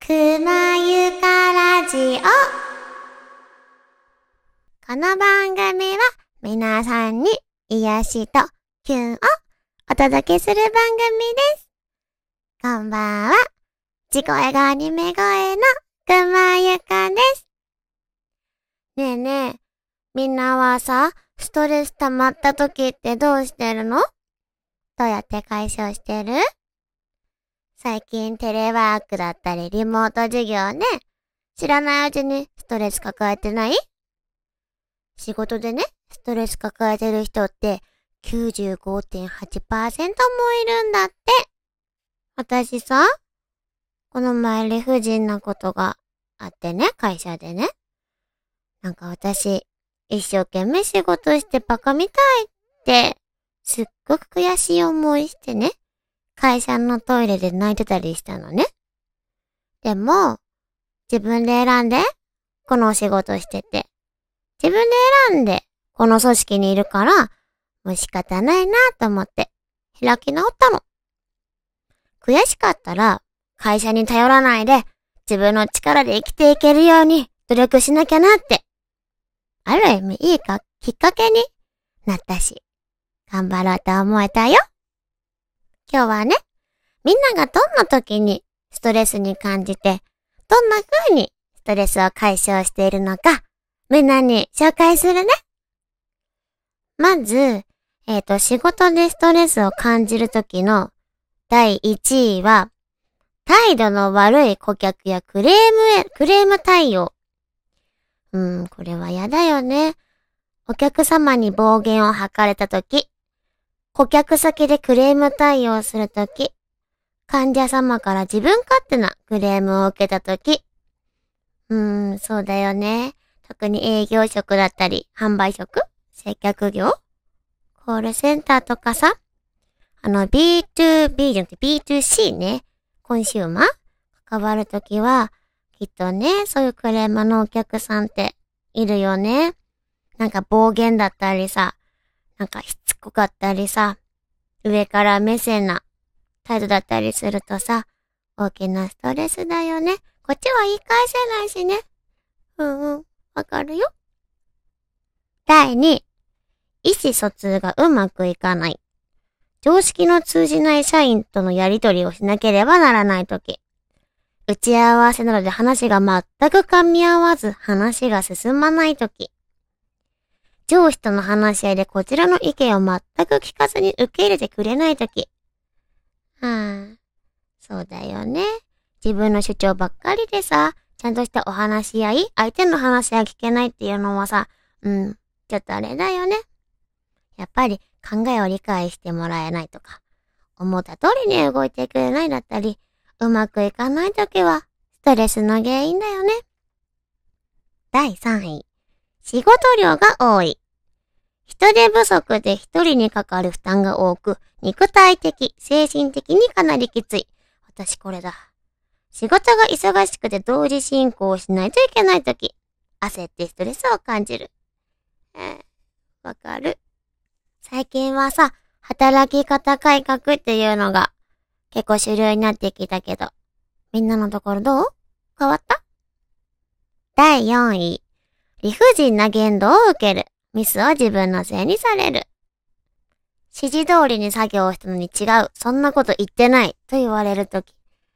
くまゆかラジオ。この番組は皆さんに癒しとキュンをお届けする番組です。こんばんは。地声がアニメ声のくまゆかです。ねえねえ、みんなはさ、ストレス溜まった時ってどうしてるの？どうやって解消してる？最近テレワークだったりリモート授業ね。知らないうちにストレス抱えてない？仕事でね、ストレス抱えてる人って 95.8% もいるんだって。私さ、この前理不尽なことがあってね、会社でね。なんか私、一生懸命仕事してバカみたいって、すっごく悔しい思いしてね。会社のトイレで泣いてたりしたのね。でも、自分で選んで、このお仕事してて。自分で選んで、この組織にいるから、もう仕方ないなと思って、開き直ったの。悔しかったら、会社に頼らないで、自分の力で生きていけるように努力しなきゃなって。ある意味いいか、きっかけになったし、頑張ろうと思えたよ。今日はね、みんながどんな時にストレスに感じて、どんな風にストレスを解消しているのか、みんなに紹介するね。まず、仕事でストレスを感じる時の第1位は、態度の悪い顧客やクレーム対応。これは嫌だよね。お客様に暴言を吐かれた時、顧客先でクレーム対応するとき、患者様から自分勝手なクレームを受けたとき、そうだよね。特に営業職だったり、販売職、接客業、コールセンターとかさ、B2B じゃなくて B2C ね、コンシューマー関わるときは、きっとね、そういうクレームのお客さんっているよね。なんか暴言だったりさ、なんかしつこかったりさ、上から目線な態度だったりするとさ、大きなストレスだよね。こっちは言い返せないしね。わかるよ。第2、意思疎通がうまくいかない。常識の通じない社員とのやりとりをしなければならないとき。打ち合わせなどで話が全く噛み合わず話が進まないとき。上司との話し合いでこちらの意見を全く聞かずに受け入れてくれないとき。そうだよね。自分の主張ばっかりでさ、ちゃんとしたお話し合い、相手の話が聞けないっていうのはさ、ちょっとあれだよね。やっぱり考えを理解してもらえないとか、思った通りに動いてくれないだったり、うまくいかないときは、ストレスの原因だよね。第3位。仕事量が多い。人手不足で一人にかかる負担が多く、肉体的、精神的にかなりきつい。私これだ。仕事が忙しくて同時進行しないといけないとき、焦ってストレスを感じる。わかる。最近はさ、働き方改革っていうのが結構主流になってきたけど、みんなのところどう？変わった？第4位。理不尽な言動を受ける。ミスを自分のせいにされる。指示通りに作業をしたのに違う。そんなこと言ってない。と言われるとき。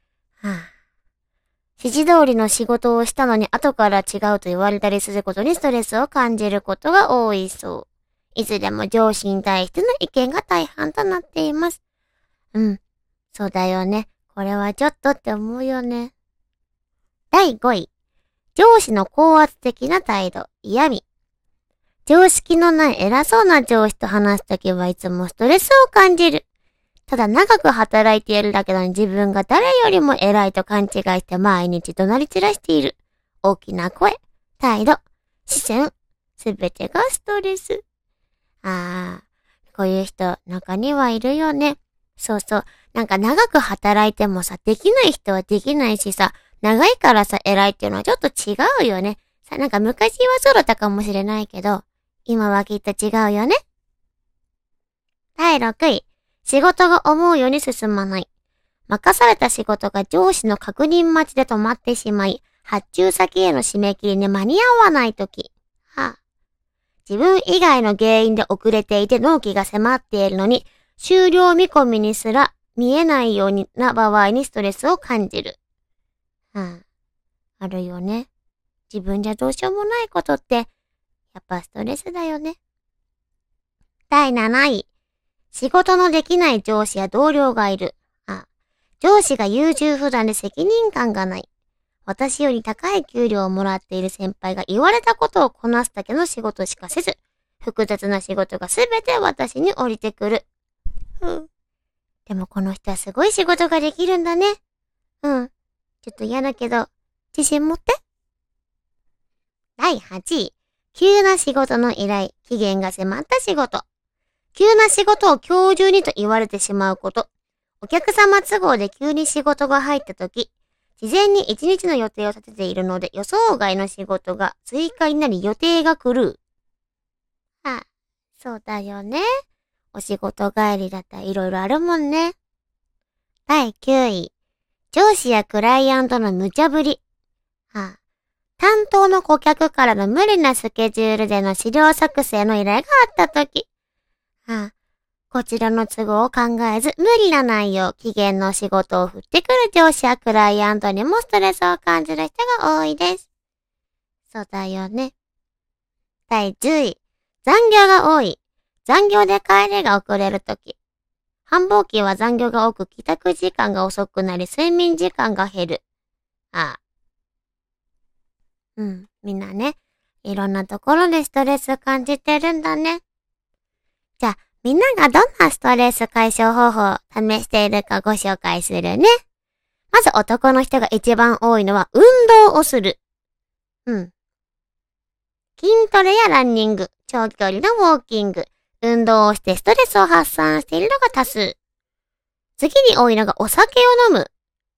指示通りの仕事をしたのに後から違うと言われたりすることにストレスを感じることが多いそう。いつでも上司に対しての意見が大半となっています。そうだよね。これはちょっとって思うよね。第5位。上司の高圧的な態度、嫌味。常識のない偉そうな上司と話すときはいつもストレスを感じる。ただ長く働いているだけなのに自分が誰よりも偉いと勘違いして毎日怒鳴り散らしている。大きな声、態度、視線、すべてがストレス。こういう人中にはいるよね。そうそう。なんか長く働いてもさ、できない人はできないしさ、長いからさ、偉いっていうのはちょっと違うよね。なんか昔はそうだったかもしれないけど、今はきっと違うよね。第6位。仕事が思うように進まない。 任された仕事が上司の確認待ちで止まってしまい、発注先への締め切りに間に合わないとき。自分以外の原因で遅れていて納期が迫っているのに、終了見込みにすら見えないような場合にストレスを感じる。あるよね。自分じゃどうしようもないことって、やっぱストレスだよね。第7位。仕事のできない上司や同僚がいる。上司が優柔不断で責任感がない。私より高い給料をもらっている先輩が言われたことをこなすだけの仕事しかせず、複雑な仕事がすべて私に降りてくる。でもこの人はすごい仕事ができるんだね。ちょっと嫌だけど、自信持って。第8位。急な仕事の依頼、期限が迫った仕事。急な仕事を今日中にと言われてしまうこと。お客様都合で急に仕事が入ったとき、事前に1日の予定を立てているので予想外の仕事が追加になり予定が狂う。そうだよね。お仕事帰りだったら色々あるもんね。第9位。上司やクライアントの無茶ぶり。担当の顧客からの無理なスケジュールでの資料作成の依頼があったとき。こちらの都合を考えず無理な内容、期限の仕事を振ってくる上司やクライアントにもストレスを感じる人が多いです。そうだよね。第10位。残業が多い。残業で帰りが遅れるとき。繁忙期は残業が多く帰宅時間が遅くなり睡眠時間が減る。みんなね、いろんなところでストレスを感じてるんだね。じゃあ、みんながどんなストレス解消方法を試しているかご紹介するね。まず男の人が一番多いのは運動をする。筋トレやランニング、長距離のウォーキング、運動をしてストレスを発散しているのが多数。次に多いのがお酒を飲む。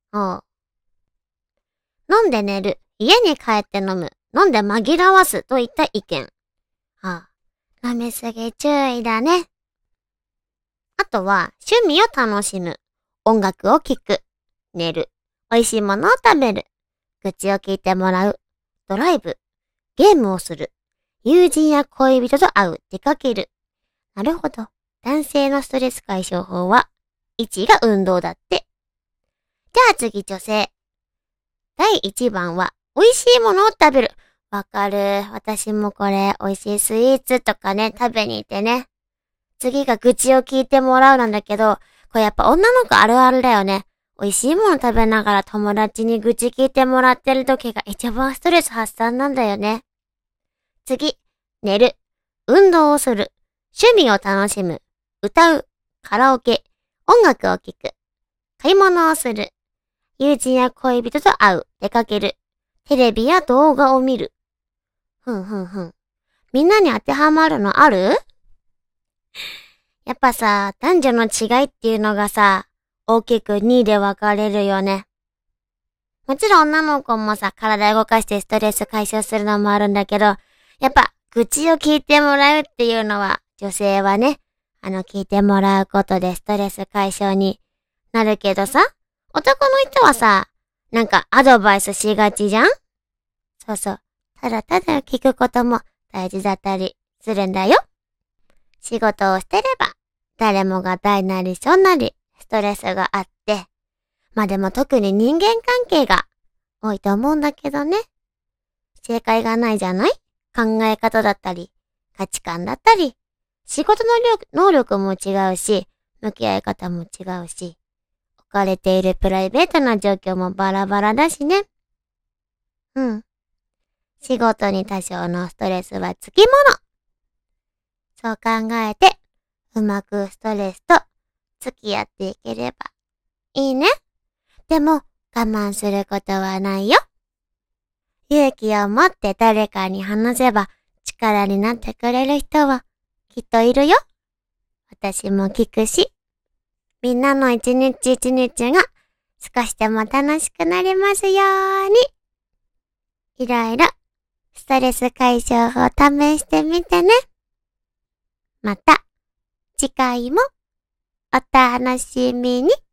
飲んで寝る、家に帰って飲む、飲んで紛らわすといった意見。飲みすぎ注意だね。あとは趣味を楽しむ、音楽を聴く、寝る、美味しいものを食べる、愚痴を聞いてもらう、ドライブ、ゲームをする、友人や恋人と会う、出かける。なるほど。男性のストレス解消法は、1が運動だって。じゃあ次女性。第1番は、美味しいものを食べる。わかる。私もこれ、美味しいスイーツとかね、食べに行ってね。次が愚痴を聞いてもらうなんだけど、これやっぱ女の子あるあるだよね。美味しいもの食べながら友達に愚痴聞いてもらってる時が一番ストレス発散なんだよね。次、寝る。運動をする。趣味を楽しむ。歌う。カラオケ。音楽を聴く。買い物をする。友人や恋人と会う。出かける。テレビや動画を見る。みんなに当てはまるのある？やっぱさ、男女の違いっていうのがさ、大きく2で分かれるよね。もちろん女の子もさ、体動かしてストレス解消するのもあるんだけど、やっぱ愚痴を聞いてもらうっていうのは、女性はね、聞いてもらうことでストレス解消になるけどさ、男の人はさ、なんかアドバイスしがちじゃん？そうそう。ただただ聞くことも大事だったりするんだよ。仕事をしてれば、誰もが大なり小なりストレスがあって、でも特に人間関係が多いと思うんだけどね。正解がないじゃない？考え方だったり、価値観だったり、仕事の能力も違うし、向き合い方も違うし、置かれているプライベートな状況もバラバラだしね。仕事に多少のストレスはつきもの。そう考えて、うまくストレスと付き合っていければいいね。でも、我慢することはないよ。勇気を持って誰かに話せば力になってくれる人はきっといるよ。私も聞くし、みんなの一日一日が少しでも楽しくなりますように。いろいろストレス解消法を試してみてね。また次回もお楽しみに。